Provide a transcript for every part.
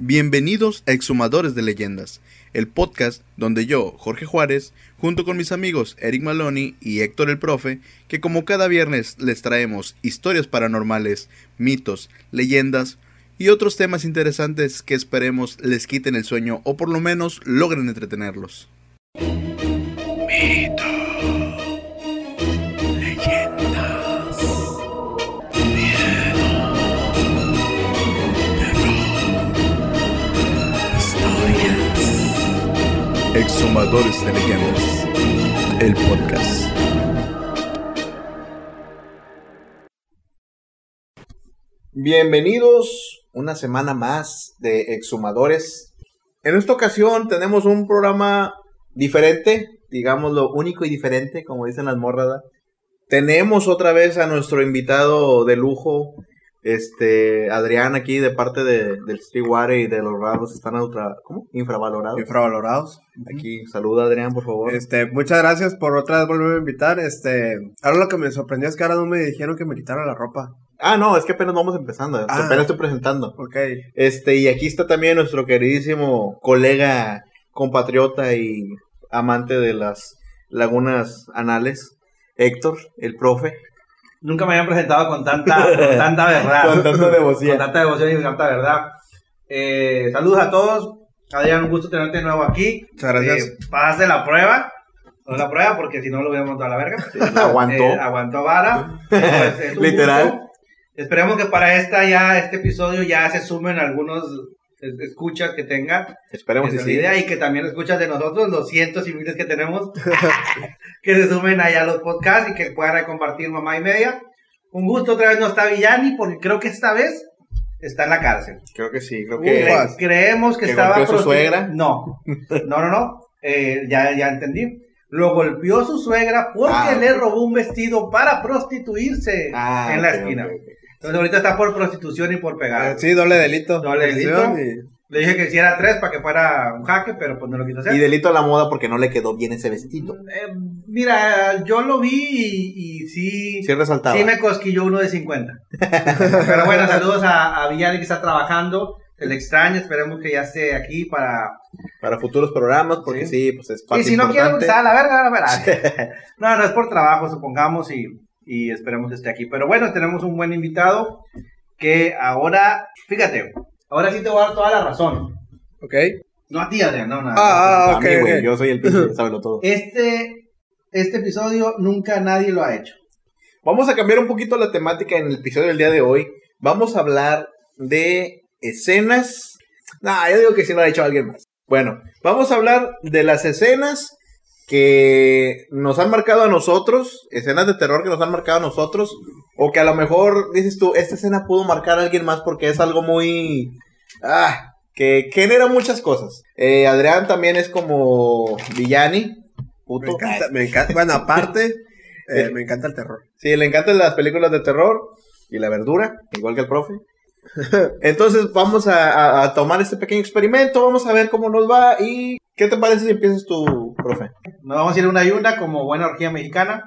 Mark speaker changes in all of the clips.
Speaker 1: Bienvenidos a Exhumadores de Leyendas, el podcast donde yo, Jorge Juárez, junto con mis amigos Eric Maloney y Héctor el Profe, que como cada viernes les traemos historias paranormales, mitos, leyendas y otros temas interesantes que esperemos les quiten el sueño o por lo menos logren entretenerlos. Mitos, leyendas, miedo, historias. Exhumadores de Leyendas, el podcast. Bienvenidos una semana más de Exhumadores. En esta ocasión tenemos un programa diferente, digámoslo, único y diferente, como dicen las morras. Tenemos otra vez a nuestro invitado de lujo, Adrián, aquí de parte del Streetwater y de los raros están infravalorados.
Speaker 2: Infravalorados.
Speaker 1: Aquí, saluda Adrián, por favor.
Speaker 2: Muchas gracias por otra vez volverme a invitar. Ahora lo que me sorprendió es que ahora no me dijeron que me quitara la ropa.
Speaker 1: Ah, no, es que apenas vamos empezando, apenas estoy presentando.
Speaker 2: Ok.
Speaker 1: Y aquí está también nuestro queridísimo colega, compatriota y amante de las lagunas anales, Héctor, el profe.
Speaker 3: Nunca me habían presentado con tanta verdad.
Speaker 1: Con tanta devoción.
Speaker 3: Con tanta devoción y tanta verdad. Saludos a todos. Adrián, un gusto tenerte de nuevo aquí.
Speaker 2: Muchas gracias.
Speaker 3: Pasaste la prueba. No la prueba porque si no lo hubiéramos dado a la verga. Aguantó vara. Pues,
Speaker 1: Literal.
Speaker 3: Gusto. Esperemos que para este episodio ya se sumen algunos escuchas que tenga.
Speaker 1: Esperemos que sí.
Speaker 3: Idea, y que también escuchas de nosotros, los cientos y miles que tenemos, que se sumen allá a los podcasts y que puedan compartir mamá y media. Un gusto, otra vez no está Villani, porque creo que esta vez está en la cárcel.
Speaker 1: Creo que sí, creo que...
Speaker 3: Creemos que estaba...
Speaker 1: golpeó su suegra.
Speaker 3: No. Ya entendí. Lo golpeó su suegra porque le robó un vestido para prostituirse en la esquina. Okay. Entonces ahorita está por prostitución y por pegar.
Speaker 2: Sí, doble delito.
Speaker 3: Le dije que hiciera 3 para que fuera un jaque, pero pues no lo quiso hacer.
Speaker 1: Y delito a la moda porque no le quedó bien ese vestido.
Speaker 3: Mira, yo lo vi y sí...
Speaker 1: Sí resaltaba.
Speaker 3: Sí me cosquilló uno de 50. Pero bueno, saludos a Villani que está trabajando. Se le extraña, esperemos que ya esté aquí para
Speaker 1: futuros programas, porque sí pues es parte
Speaker 3: y si no
Speaker 1: importante.
Speaker 3: quiere, pues a la verga. No es por trabajo, supongamos, y esperemos que esté aquí. Pero bueno, tenemos un buen invitado que ahora, fíjate, ahora sí te voy a dar toda la razón.
Speaker 2: Ok.
Speaker 3: No a ti, Adrián, no, nada.
Speaker 1: Ok, güey, yo soy el pinche, sábelo todo.
Speaker 3: Este episodio nunca nadie lo ha hecho.
Speaker 1: Vamos a cambiar un poquito la temática en el episodio del día de hoy. Vamos a hablar de escenas. Yo digo que sí lo ha hecho alguien más. Bueno, vamos a hablar de las escenas que nos han marcado a nosotros, escenas de terror que nos han marcado a nosotros, o que a lo mejor dices tú, esta escena pudo marcar a alguien más porque es algo muy... que genera muchas cosas. Adrián también es como Villani. Puto.
Speaker 2: Me encanta. Bueno, aparte, me encanta el terror.
Speaker 1: Sí, le encantan las películas de terror y la verdura, igual que el profe. Entonces vamos a tomar este pequeño experimento, vamos a ver cómo nos va. Y ¿qué te parece si empiezas tú, profe?
Speaker 3: Nos vamos a ir una y una como buena orgía mexicana.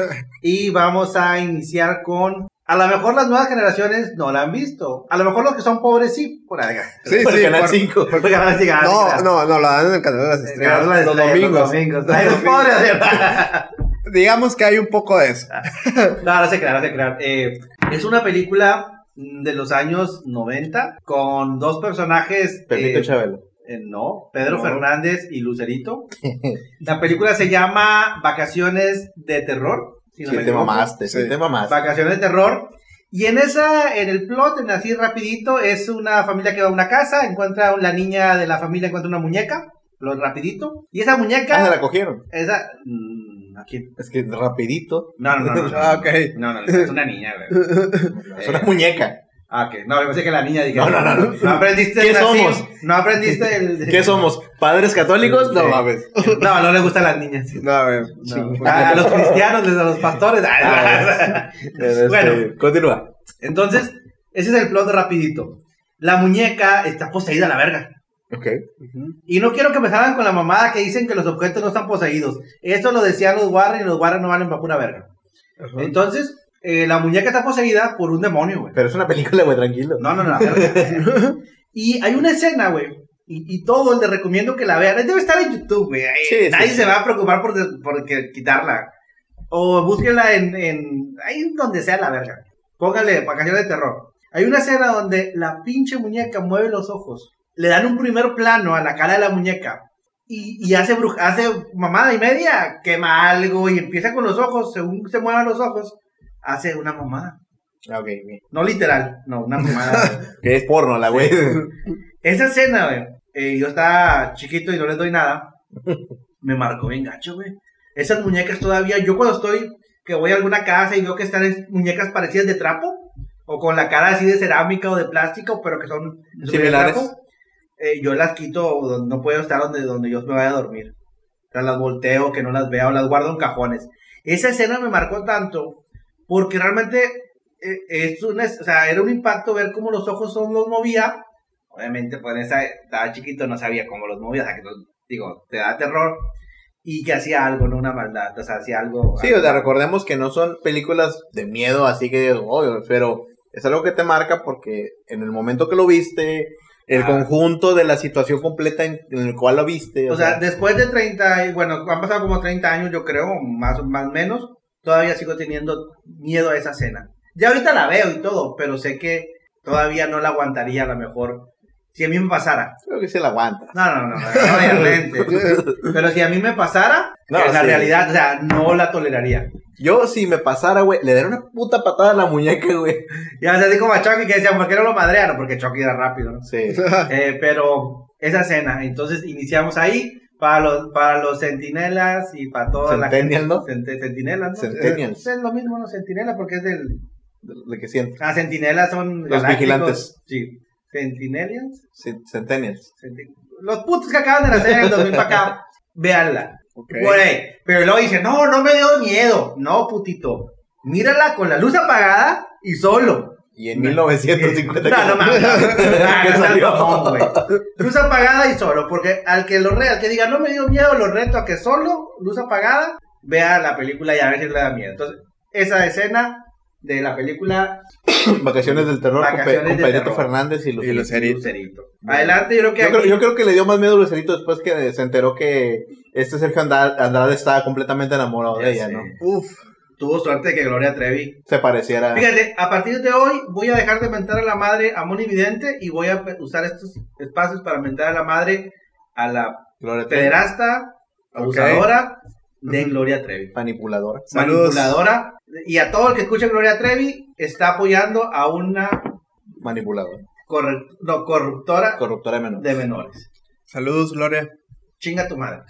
Speaker 3: Y vamos a iniciar con... A lo mejor las nuevas generaciones no la han visto. A lo mejor los que son pobres sí. Por ahí.
Speaker 1: Sí, por el Canal 5.
Speaker 3: Por el Canal 5.
Speaker 2: No, la dan en el Canal de las Estrellas.
Speaker 1: Los domingos.
Speaker 3: Ay, los pobres.
Speaker 2: Digamos que hay un poco de eso.
Speaker 3: No se crean. Es una película de los años 90 con dos personajes.
Speaker 1: Pepito Chabelo.
Speaker 3: Pedro Fernández y Lucerito. La película se llama Vacaciones de Terror.
Speaker 1: Sí, te mamaste.
Speaker 3: Vacaciones de Terror. Y en el plot, así rapidito, es una familia que va a una casa, la niña de la familia encuentra una muñeca, rapidito. Y esa muñeca...
Speaker 1: ¿se la cogieron?
Speaker 3: ¿A quién?
Speaker 1: Es que rapidito.
Speaker 3: No.
Speaker 2: Okay.
Speaker 3: No, es una niña, güey.
Speaker 1: Es una muñeca.
Speaker 3: Ok, no, me parece que la niña dije.
Speaker 1: No.
Speaker 3: No aprendiste.
Speaker 1: ¿Qué somos?
Speaker 3: No aprendiste el.
Speaker 1: ¿Qué somos? ¿Padres católicos? No mames.
Speaker 3: No le gustan las niñas.
Speaker 2: No, a ver.
Speaker 3: A los cristianos, a los pastores.
Speaker 1: Bueno, continúa.
Speaker 3: Entonces, ese es el plot rapidito. La muñeca está poseída a la verga.
Speaker 1: Ok.
Speaker 3: Y no quiero que me salgan con la mamada que dicen que los objetos no están poseídos. Esto lo decían los Warren y los Warren no valen para pura verga. Entonces, la muñeca está poseída por un demonio, güey.
Speaker 1: Pero es una película, güey, tranquilo.
Speaker 3: No. Y hay una escena, güey, y todos les recomiendo que la vean. Debe estar en YouTube, güey.
Speaker 1: Sí,
Speaker 3: Nadie
Speaker 1: sí,
Speaker 3: se va a preocupar por quitarla. O búsquenla ahí donde sea la verga. Póngale vacaciones de terror. Hay una escena donde la pinche muñeca mueve los ojos. Le dan un primer plano a la cara de la muñeca. Y hace mamada y media. Quema algo y empieza con los ojos. Según se muevan los ojos, hace una mamada.
Speaker 1: Ok.
Speaker 3: No literal, no, una mamada.
Speaker 1: Que es porno, la güey.
Speaker 3: Esa escena, güey. Yo estaba chiquito y no les doy nada. Me marcó bien gacho, güey. Esas muñecas todavía, yo cuando que voy a alguna casa y veo que están muñecas parecidas de trapo, o con la cara así de cerámica o de plástico, pero que son
Speaker 1: similares,
Speaker 3: de trapo, yo las quito, no puedo estar donde yo me vaya a dormir. O sea, las volteo, que no las vea, o las guardo en cajones. Esa escena me marcó tanto, porque realmente o sea, era un impacto ver cómo los ojos los movía. Obviamente, pues estaba chiquito, no sabía cómo los movía, o sea, que te da terror. Y que hacía algo, no una maldad, o sea, hacía algo.
Speaker 1: Sí, o sea, recordemos que no son películas de miedo, así que, pero es algo que te marca porque en el momento que lo viste, el conjunto de la situación completa en el cual lo viste.
Speaker 3: O sea, después de 30, bueno, han pasado como 30 años, yo creo, más o menos, todavía sigo teniendo miedo a esa escena. Ya ahorita la veo y todo, pero sé que todavía no la aguantaría a lo mejor. Si a mí me pasara.
Speaker 1: Creo que se la aguanta.
Speaker 3: No, obviamente. Pero si a mí me pasara, en la realidad, o sea, no la toleraría.
Speaker 1: Yo, si me pasara, güey, le daría una puta patada a la muñeca, güey.
Speaker 3: Ya, así como a Chucky que decían, ¿por qué no lo madrearon? Porque Chucky era rápido, ¿no?
Speaker 1: Sí.
Speaker 3: Pero esa escena, entonces iniciamos ahí para los centinelas y para toda la gente.
Speaker 1: ¿no?
Speaker 3: Centinelas, ¿no?
Speaker 1: Centennials.
Speaker 3: Es lo mismo, ¿no? Centinela, porque es
Speaker 1: de que siento.
Speaker 3: Centinelas son
Speaker 1: los vigilantes.
Speaker 3: Sí. Centennials.
Speaker 1: Centennials.
Speaker 3: Los putos que acaban de nacer en el 2000 para acá, véanla.
Speaker 2: Okay.
Speaker 3: Por ahí. Pero luego dicen, no me dio miedo. No, putito. Mírala con la luz apagada y solo.
Speaker 1: Y en 1950.
Speaker 3: No mames. No, luz apagada y solo. Porque al que diga, no me dio miedo, lo reto a que solo, luz apagada, vea la película y a ver si le da miedo. Entonces, esa escena de la película
Speaker 1: Vacaciones del Terror con Pedrito Fernández y
Speaker 3: Lucerito. Adelante, yo
Speaker 1: creo que le dio más miedo a Lucerito después que se enteró que Sergio Andrade estaba completamente enamorado de ella, ¿no?
Speaker 2: Uf.
Speaker 3: Tuvo suerte de que Gloria Trevi
Speaker 1: se pareciera.
Speaker 3: Fíjate, a partir de hoy voy a dejar de mentar a la madre a Moni Vidente y voy a usar estos espacios para mentar a la madre a la pederasta, abusadora de Gloria Trevi.
Speaker 1: Manipuladora.
Speaker 3: Manipuladora. Y a todo el que escuche Gloria Trevi está apoyando a una
Speaker 1: manipuladora.
Speaker 3: Corruptora
Speaker 1: de menores.
Speaker 2: Saludos, Gloria.
Speaker 3: Chinga tu madre.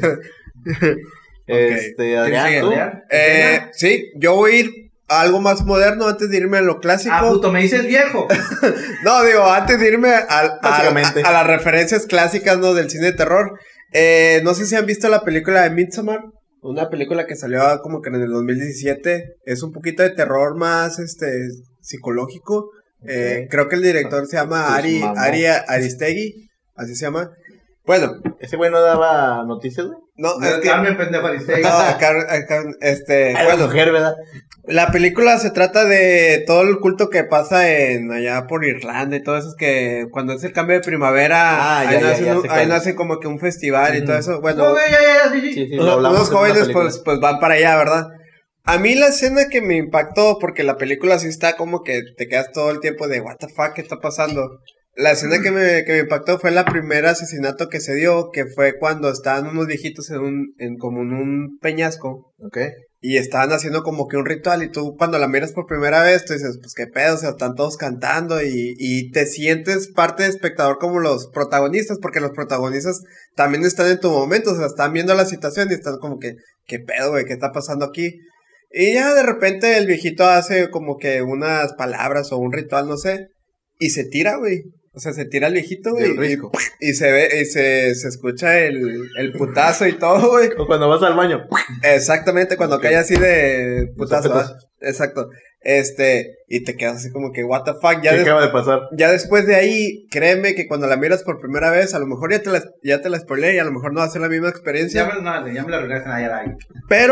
Speaker 1: Adrián, ¿tú?
Speaker 2: Sí, yo voy a ir a algo más moderno antes de irme a lo clásico.
Speaker 3: Ah, puto, me dices viejo.
Speaker 2: No, digo, antes de irme a las referencias clásicas, ¿no? Del cine de terror. No sé si han visto la película de Midsommar. Una película que salió como que en el 2017. Es un poquito de terror más psicológico. Okay. Creo que el director se llama Ari Aristegui. Así se llama. Bueno.
Speaker 1: ¿Ese güey no daba noticias, güey?
Speaker 2: No,
Speaker 3: es que Carmen pendejo Aristegui.
Speaker 2: No, bueno,
Speaker 1: mujer, ¿verdad?
Speaker 2: La película se trata de todo el culto que pasa allá por Irlanda y todo eso, es que cuando es el cambio de primavera, ahí nace como que un festival y todo eso. Bueno,
Speaker 3: sí,
Speaker 2: unos jóvenes pues van para allá, ¿verdad? A mí la escena que me impactó, porque la película sí está como que te quedas todo el tiempo de what the fuck, ¿qué está pasando? La escena que me impactó fue el primer asesinato que se dio, que fue cuando estaban unos viejitos en un peñasco.
Speaker 1: Okay.
Speaker 2: Y estaban haciendo como que un ritual, y tú cuando la miras por primera vez, tú dices, pues qué pedo, o sea, están todos cantando, y te sientes parte de espectador como los protagonistas, porque los protagonistas también están en tu momento, o sea, están viendo la situación y están como que, qué pedo, güey, qué está pasando aquí. Y ya de repente el viejito hace como que unas palabras o un ritual, no sé, y se tira, güey. O sea, se tira el viejito, güey, y se ve, y se escucha el putazo y todo, güey.
Speaker 1: O cuando vas al baño.
Speaker 2: Exactamente, cuando cae así de putazo. Exacto. Y te quedas así como que, what the fuck.
Speaker 1: ¿Qué acaba de pasar?
Speaker 2: Ya después de ahí, créeme que cuando la miras por primera vez, a lo mejor ya te la spoileé y a lo mejor no va a ser la misma experiencia.
Speaker 3: Ya me la regresan allá ahí.
Speaker 2: Pero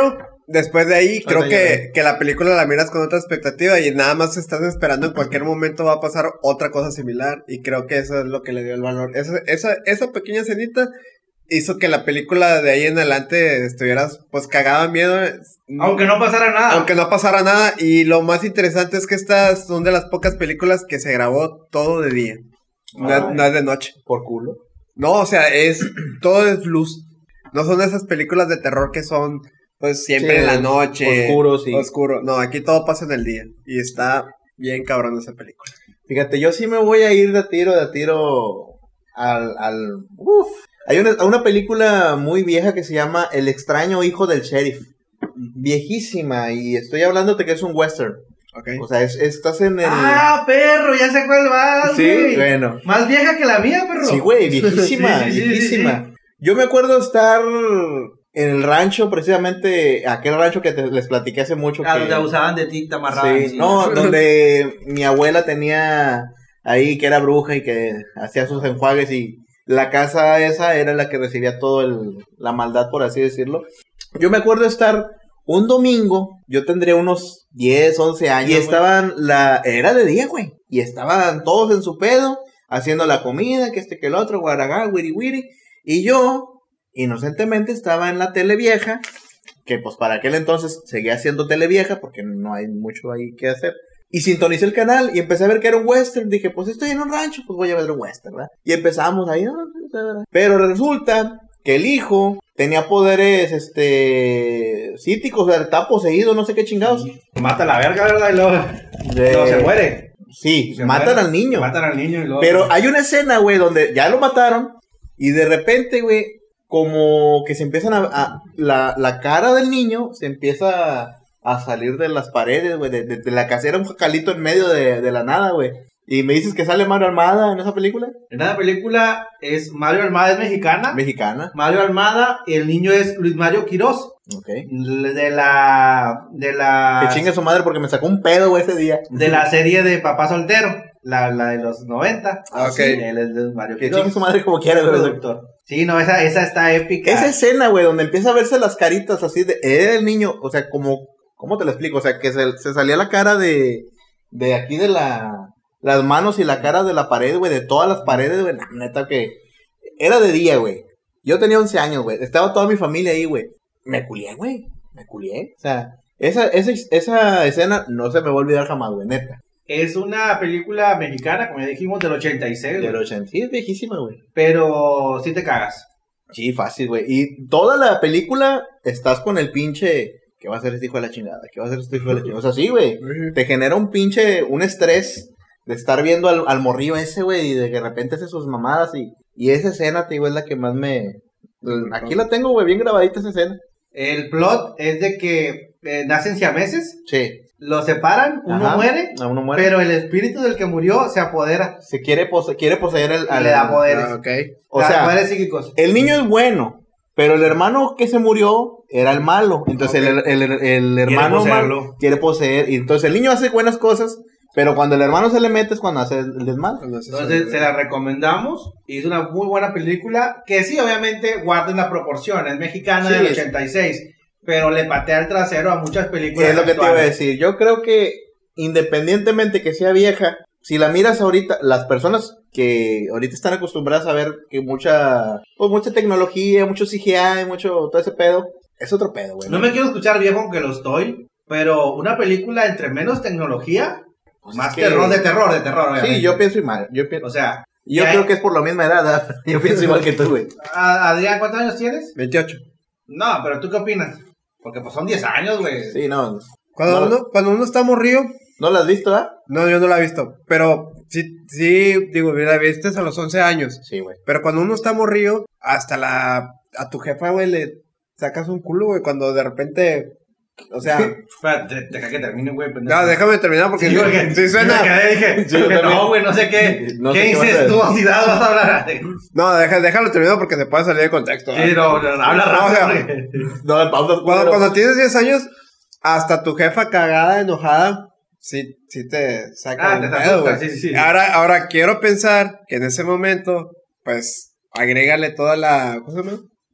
Speaker 2: después de ahí, creo
Speaker 1: lloré.
Speaker 2: que la película la miras con otra expectativa y nada más estás esperando en cualquier momento va a pasar otra cosa similar. Y creo que eso es lo que le dio el valor. Esa pequeña escenita hizo que la película de ahí en adelante estuvieras pues cagada de miedo.
Speaker 3: Aunque no pasara nada.
Speaker 2: Aunque no pasara nada. Y lo más interesante es que estas son de las pocas películas que se grabó todo de día. No es de noche.
Speaker 1: Por culo.
Speaker 2: No, o sea, todo es luz. No son esas películas de terror que son pues siempre
Speaker 1: Sí,
Speaker 2: en la noche.
Speaker 1: oscuro, sí.
Speaker 2: Oscuro. No, aquí todo pasa en el día. Y está bien cabrón esa película.
Speaker 1: Fíjate, yo sí me voy a ir de tiro uf. Hay una película muy vieja que se llama El extraño hijo del sheriff. Viejísima, y estoy hablándote que es un western.
Speaker 2: Okay.
Speaker 1: O sea, estás en el...
Speaker 3: Ah, perro, ya sé cuál vas,
Speaker 1: sí,
Speaker 3: güey.
Speaker 1: bueno.
Speaker 3: Más vieja que la mía, perro.
Speaker 1: Sí, güey, viejísima,
Speaker 3: Sí, sí, sí,
Speaker 1: viejísima. Yo me acuerdo estar en el rancho, precisamente, aquel rancho que les platiqué hace mucho.
Speaker 4: Ah,
Speaker 1: que...
Speaker 4: donde abusaban de ti, te amarraban.
Speaker 1: Sí, no, donde mi abuela tenía ahí que era bruja y que hacía sus enjuagues y la casa esa era la que recibía la maldad, por así decirlo. Yo me acuerdo estar un domingo, yo tendría unos 10, 11 años, y estaban, era de día, güey, y estaban todos en su pedo, haciendo la comida, que que el otro, guaragá, wiri wiri, y yo, inocentemente, estaba en la tele vieja, que pues para aquel entonces seguía siendo tele vieja, porque no hay mucho ahí que hacer. Y sintonicé el canal y empecé a ver que era un western. Dije, pues estoy en un rancho, pues voy a ver un western, ¿verdad? Y empezamos ahí. Pero resulta que el hijo tenía poderes, psíquicos, o sea, está poseído, no sé qué chingados.
Speaker 3: Mata a la verga, ¿verdad? Y luego se muere.
Speaker 1: Sí,
Speaker 3: Se
Speaker 1: matan
Speaker 3: muere.
Speaker 1: al niño.
Speaker 3: Matan al niño y luego...
Speaker 1: Pero hay una escena, güey, donde ya lo mataron y de repente, güey, como que se empiezan la cara del niño se empieza a salir de las paredes, güey, de la casera, un jacalito en medio de la nada, güey. Y me dices que sale Mario Almada en esa película.
Speaker 3: En esa película es Mario Almada, es mexicana.
Speaker 1: Mexicana.
Speaker 3: Mario Almada, el niño es Luis Mario Quirós.
Speaker 1: Ok.
Speaker 3: De la
Speaker 1: Que chingue su madre porque me sacó un pedo, güey, ese día.
Speaker 3: de la serie de Papá Soltero, la de los 90.
Speaker 2: Ah, ok.
Speaker 3: Sí, él es de Mario
Speaker 1: Que
Speaker 3: Quirós.
Speaker 1: chingue su madre como quiera,
Speaker 3: el
Speaker 1: güey.
Speaker 3: productor. Sí, no, esa está épica.
Speaker 1: Esa escena, güey, donde empieza a verse las caritas así de... Era el niño, o sea, como... ¿Cómo te lo explico? O sea, que se salía la cara de aquí de las manos y la cara de la pared, güey, de todas las paredes, güey. Neta que... Era de día, güey. Yo tenía 11 años, güey. Estaba toda mi familia ahí, güey. Me culié, güey. Me culié. O sea, esa escena no se me va a olvidar jamás, güey, neta.
Speaker 3: Es una película mexicana, como ya dijimos, del 86.
Speaker 1: Del
Speaker 3: güey.
Speaker 1: 80. Sí, es viejísima, güey.
Speaker 3: Pero sí te cagas.
Speaker 1: Sí, fácil, güey. Y toda la película estás con el pinche... ¿Qué va a hacer este hijo de la chingada? ¿Qué va a hacer este hijo de la chingada? O sea, sí, güey. Te genera un estrés de estar viendo al morrillo ese, güey, y de repente hace sus mamadas y esa escena, te digo, es la que más me... Aquí la tengo, güey, bien grabadita esa escena.
Speaker 3: El plot es de que nacen siameses,
Speaker 1: Sí.
Speaker 3: los separan, uno
Speaker 1: Ajá.
Speaker 3: muere,
Speaker 1: Uno muere.
Speaker 3: pero el espíritu del que murió se apodera.
Speaker 1: Se quiere poseer
Speaker 3: Y le da poderes.
Speaker 2: Ah, ok.
Speaker 1: O
Speaker 3: Da
Speaker 1: sea,
Speaker 3: poderes psíquicos.
Speaker 1: el niño es bueno, pero el hermano que se murió era el malo. Entonces
Speaker 2: Ok.
Speaker 1: el hermano
Speaker 3: poseerlo.
Speaker 1: malo quiere poseer. Y entonces el niño hace buenas cosas, pero cuando el hermano se le mete es cuando hace el desmadre.
Speaker 3: Entonces se la recomendamos. Y es una muy buena película. Que sí, obviamente, guarden la proporción. Es mexicana
Speaker 1: Sí,
Speaker 3: del
Speaker 1: es-
Speaker 3: 86. Pero le patea el trasero a muchas películas.
Speaker 1: Es lo que te iba a
Speaker 3: actuales.
Speaker 1: decir. Yo creo que independientemente que sea vieja, si la miras ahorita, las personas que ahorita están acostumbradas a ver que mucha tecnología, mucho CGI, mucho todo ese pedo, es otro pedo, güey.
Speaker 3: No me quiero escuchar viejo aunque lo estoy. Pero una película entre menos tecnología,
Speaker 1: Pues
Speaker 3: más
Speaker 1: es que-
Speaker 3: terror, de terror, obviamente.
Speaker 1: Sí, yo pienso igual.
Speaker 3: O sea,
Speaker 1: Yo
Speaker 3: y
Speaker 1: creo
Speaker 3: hay-
Speaker 1: que es por la misma edad. ¿verdad? Yo pienso igual que tú, güey.
Speaker 3: Adrián, ¿cuántos años tienes?
Speaker 2: 28.
Speaker 3: No, pero ¿tú qué opinas? Porque pues son 10 años, güey.
Speaker 1: Sí, no.
Speaker 2: Cuando uno está morrido,
Speaker 1: ¿No la has visto, ah?
Speaker 2: no, yo no la he visto, pero sí, digo, la viste a los 11 años,
Speaker 1: Sí, güey.
Speaker 2: pero cuando uno está morrido, hasta a tu jefa, güey, le sacas un culo, güey, cuando de repente, o sea,
Speaker 3: Espérate, deja que termine, güey. pendejo.
Speaker 2: no, déjame terminar porque
Speaker 3: Sí, porque
Speaker 2: sí suena,
Speaker 3: me quedé, dije,
Speaker 1: Sí, yo
Speaker 3: que
Speaker 1: también.
Speaker 3: no, güey, no sé qué.
Speaker 1: No sé
Speaker 3: ¿Qué
Speaker 1: qué vas a
Speaker 3: dices tú?
Speaker 1: decir.
Speaker 3: Si nada vas a hablar.
Speaker 2: no, déjalo terminar porque se puede salir de contexto.
Speaker 3: Sí, no, habla
Speaker 2: No,
Speaker 3: rápido.
Speaker 2: o sea,
Speaker 3: güey.
Speaker 1: No, pausa.
Speaker 2: Cuando tienes 10 años, hasta tu jefa cagada, enojada, sí te saca
Speaker 3: Ah,
Speaker 2: un
Speaker 3: te
Speaker 2: pedo,
Speaker 3: asusta,
Speaker 2: güey.
Speaker 3: sí, sí.
Speaker 2: Ahora quiero pensar que en ese momento, pues, agrégale toda la, ¿cómo se llama?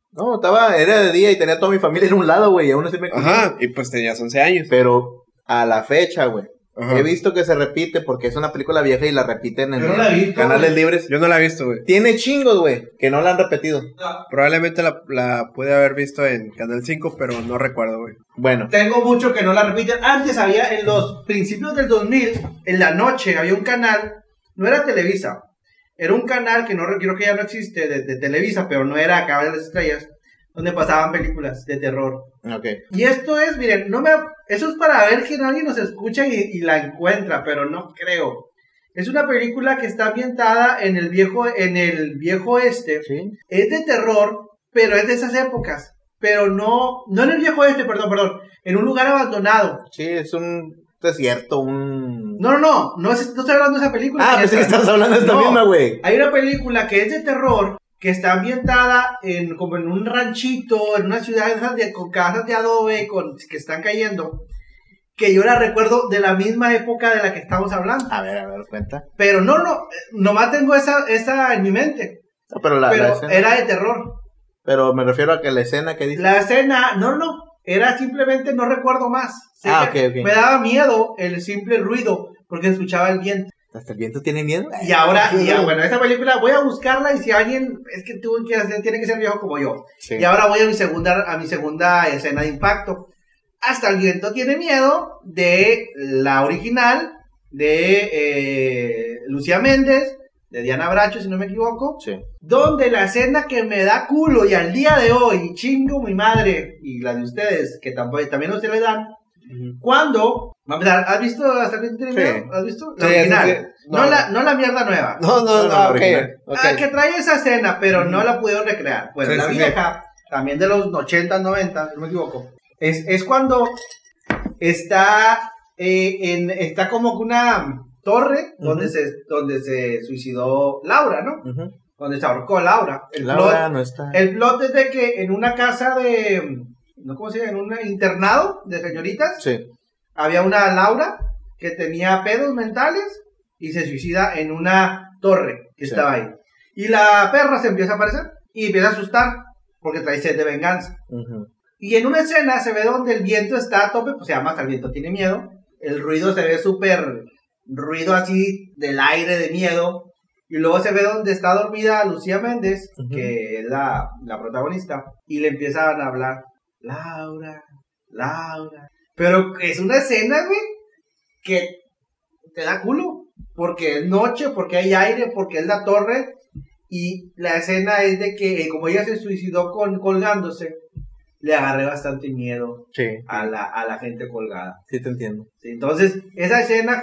Speaker 1: No, era de día y tenía toda mi familia en un lado, güey, y aún así me...
Speaker 2: Ajá, y pues tenías 11 años.
Speaker 1: Pero a la fecha, güey,
Speaker 2: Ajá.
Speaker 1: he visto que se repite porque es una película vieja y la repiten en
Speaker 3: Yo no la he visto,
Speaker 1: canales
Speaker 3: güey.
Speaker 1: libres.
Speaker 2: Yo no la he visto, güey.
Speaker 1: Tiene chingos, güey, que no la han repetido.
Speaker 2: Probablemente la pude haber visto en Canal 5, pero no recuerdo, güey.
Speaker 1: Bueno,
Speaker 3: Tengo mucho que no la repiten. Antes había, en los principios del 2000, en la noche, había un canal, no era Televisa, era un canal que no creo que ya no existe, de Televisa, pero no era Acá de las Estrellas, donde pasaban películas de terror.
Speaker 1: ok.
Speaker 3: Y esto es, miren, eso es para ver que nadie nos escucha y la encuentra, pero no creo. Es una película que está ambientada en el viejo oeste.
Speaker 1: Sí.
Speaker 3: Es de terror, pero es de esas épocas. Pero no en el viejo oeste, perdón, en un lugar abandonado.
Speaker 1: Sí, es un desierto, un...
Speaker 3: No estoy hablando de esa película.
Speaker 1: Ah, pensé que estabas hablando de esta
Speaker 3: No.
Speaker 1: misma, güey.
Speaker 3: Hay una película que es de terror, que está ambientada como en un ranchito, en una ciudad con casas de adobe que están cayendo, que yo la recuerdo de la misma época de la que estamos hablando.
Speaker 1: A ver, cuenta.
Speaker 3: Pero nomás tengo esa en mi mente.
Speaker 1: No, pero la
Speaker 3: Pero
Speaker 1: escena...
Speaker 3: era de terror.
Speaker 1: Pero me refiero a que la escena que dice...
Speaker 3: La escena, era simplemente, no recuerdo más. Sé que
Speaker 1: ok.
Speaker 3: me daba miedo el simple ruido, porque escuchaba el viento.
Speaker 1: ¿Hasta el viento tiene miedo?
Speaker 3: Y ahora, bueno, esta película voy a buscarla y si alguien, es que tiene que ser viejo como yo.
Speaker 1: Sí.
Speaker 3: Y ahora voy a mi segunda escena de impacto. Hasta el viento tiene miedo, de la original, de Lucía Méndez, de Diana Bracho, si no me equivoco.
Speaker 1: Sí.
Speaker 3: Donde la escena que me da culo y al día de hoy, chingo mi madre, y la de ustedes, que también a ustedes le dan, cuando... ¿Has visto hasta el viento tiene miedo?
Speaker 1: Sí.
Speaker 3: ¿Has visto? La
Speaker 2: Sí,
Speaker 3: original.
Speaker 2: sí, sí.
Speaker 3: No la mierda nueva.
Speaker 2: No,
Speaker 1: la
Speaker 2: ok.
Speaker 1: original.
Speaker 3: Que trae esa escena, pero no la pudieron recrear. Bueno,
Speaker 2: Sí,
Speaker 3: la
Speaker 2: sí,
Speaker 3: vieja, también de los 80, 90, si no me equivoco, es cuando está como que una torre donde se suicidó Laura, ¿no?
Speaker 1: Ujú.
Speaker 3: Donde se ahorcó Laura.
Speaker 1: Laura no está...
Speaker 3: El plot es de que en una casa ¿cómo se llama? En un internado de señoritas,
Speaker 1: Sí.
Speaker 3: había una Laura que tenía pedos mentales y se suicida en una torre que
Speaker 1: Sí.
Speaker 3: estaba ahí. Y la perra se empieza a aparecer y empieza a asustar porque trae sed de venganza.
Speaker 1: Ujú.
Speaker 3: Y en una escena se ve donde el viento está a tope, pues se llama Hasta el viento tiene miedo. El ruido se ve súper ruido así del aire de miedo. Y luego se ve donde está dormida Lucía Méndez,
Speaker 1: Ujú.
Speaker 3: que es la protagonista, y le empiezan a hablar, Laura. Pero es una escena, güey, que te da culo, porque es noche, porque hay aire, porque es la torre, y la escena es de que, como ella se suicidó colgándose, le agarré bastante miedo
Speaker 1: Sí.
Speaker 3: a la gente colgada.
Speaker 1: Sí, te entiendo.
Speaker 3: Sí, entonces, esa escena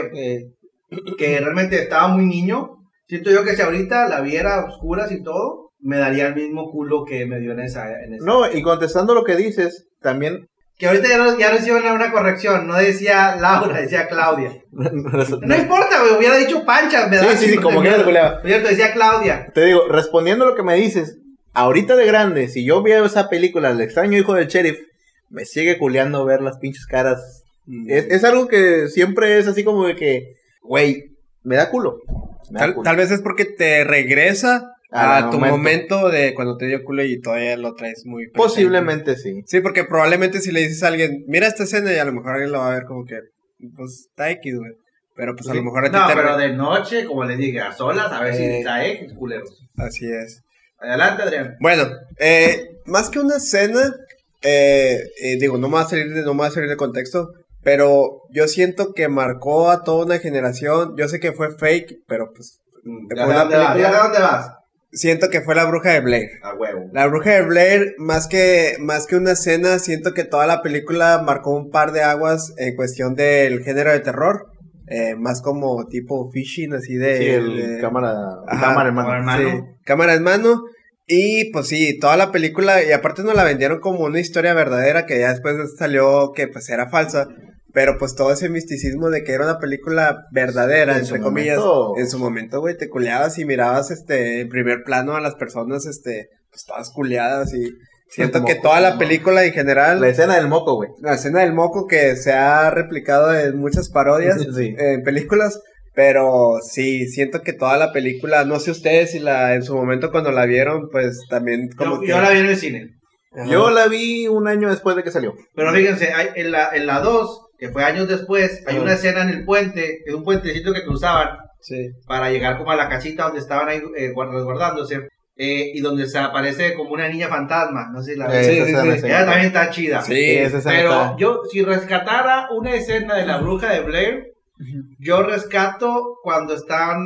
Speaker 3: que realmente estaba muy niño, siento yo que si ahorita la viera a oscuras y todo, me daría el mismo culo que me dio en esa.
Speaker 1: No, y contestando lo que dices, también...
Speaker 3: Que ahorita ya no hicieron una corrección, no decía Laura, decía Claudia. No importa, güey, hubiera dicho Pancha, me da
Speaker 1: Sí, como que era de culeaba.
Speaker 3: Cierto, decía Claudia.
Speaker 1: Te digo, respondiendo a lo que me dices, ahorita de grande, si yo veo esa película, El extraño hijo del sheriff, me sigue culeando ver las pinches caras. Es algo que siempre es así como de que, güey, me da culo.
Speaker 2: Tal vez es porque te regresa
Speaker 1: Al
Speaker 2: a tu momento de cuando te dio culo y todavía lo traes muy presente.
Speaker 1: Posiblemente sí.
Speaker 2: Sí, porque probablemente si le dices a alguien, mira esta escena, y a lo mejor alguien lo va a ver como que, pues, está X, güey. Pero pues a lo mejor a ti
Speaker 3: No,
Speaker 2: te...
Speaker 3: pero de noche, como les dije, a solas, a ver si está X, culeros.
Speaker 2: Así es.
Speaker 3: Adelante, Adrián.
Speaker 2: Bueno, más que una escena, digo, no me va a salir de contexto, pero yo siento que marcó a toda una generación. Yo sé que fue fake, pero pues...
Speaker 3: ¿Ya
Speaker 2: fue
Speaker 3: de
Speaker 2: una
Speaker 3: dónde vas?
Speaker 2: película-
Speaker 3: ¿Ya de dónde vas?
Speaker 2: Siento que fue La Bruja de Blair.
Speaker 3: A huevo.
Speaker 2: La Bruja de Blair, más que una escena, siento que toda la película marcó un par de aguas en cuestión del género de terror. Más como tipo fishing, así de...
Speaker 1: Sí,
Speaker 2: de-
Speaker 1: cámara
Speaker 2: Ajá,
Speaker 1: en mano.
Speaker 3: cámara en mano.
Speaker 2: Sí, cámara en mano. Y pues sí, toda la película, y aparte nos la vendieron como una historia verdadera, que ya después salió que pues era falsa. Pero pues todo ese misticismo de que era una película verdadera,
Speaker 1: En
Speaker 2: entre
Speaker 1: su
Speaker 2: comillas,
Speaker 1: momento.
Speaker 2: en su momento, güey, te culeabas y mirabas en primer plano a las personas, pues todas culeadas, y siento que toda la película en general,
Speaker 1: La escena del moco, güey.
Speaker 2: la escena del moco que se ha replicado en muchas parodias,
Speaker 1: Sí.
Speaker 2: en películas, Pero sí, siento que toda la película, no sé ustedes si en su momento cuando la vieron, pues también como
Speaker 3: Yo la vi en el cine.
Speaker 2: Ajá.
Speaker 1: Yo la vi un año después de que salió.
Speaker 3: Pero fíjense, en la 2, que fue años después, hay
Speaker 2: Ajá.
Speaker 3: una escena en el puente, en un puentecito que cruzaban
Speaker 2: Sí.
Speaker 3: para llegar como a la casita donde estaban ahí resguardándose, y donde se aparece como una niña fantasma. No sé si la ves.
Speaker 2: Sí,
Speaker 1: Esa
Speaker 2: sí,
Speaker 1: escena
Speaker 2: sí.
Speaker 1: está
Speaker 3: Ella también está chida.
Speaker 2: Sí,
Speaker 1: esa escena
Speaker 3: Pero
Speaker 1: está-
Speaker 3: yo, si rescatara una escena de la bruja de Blair, yo rescato cuando están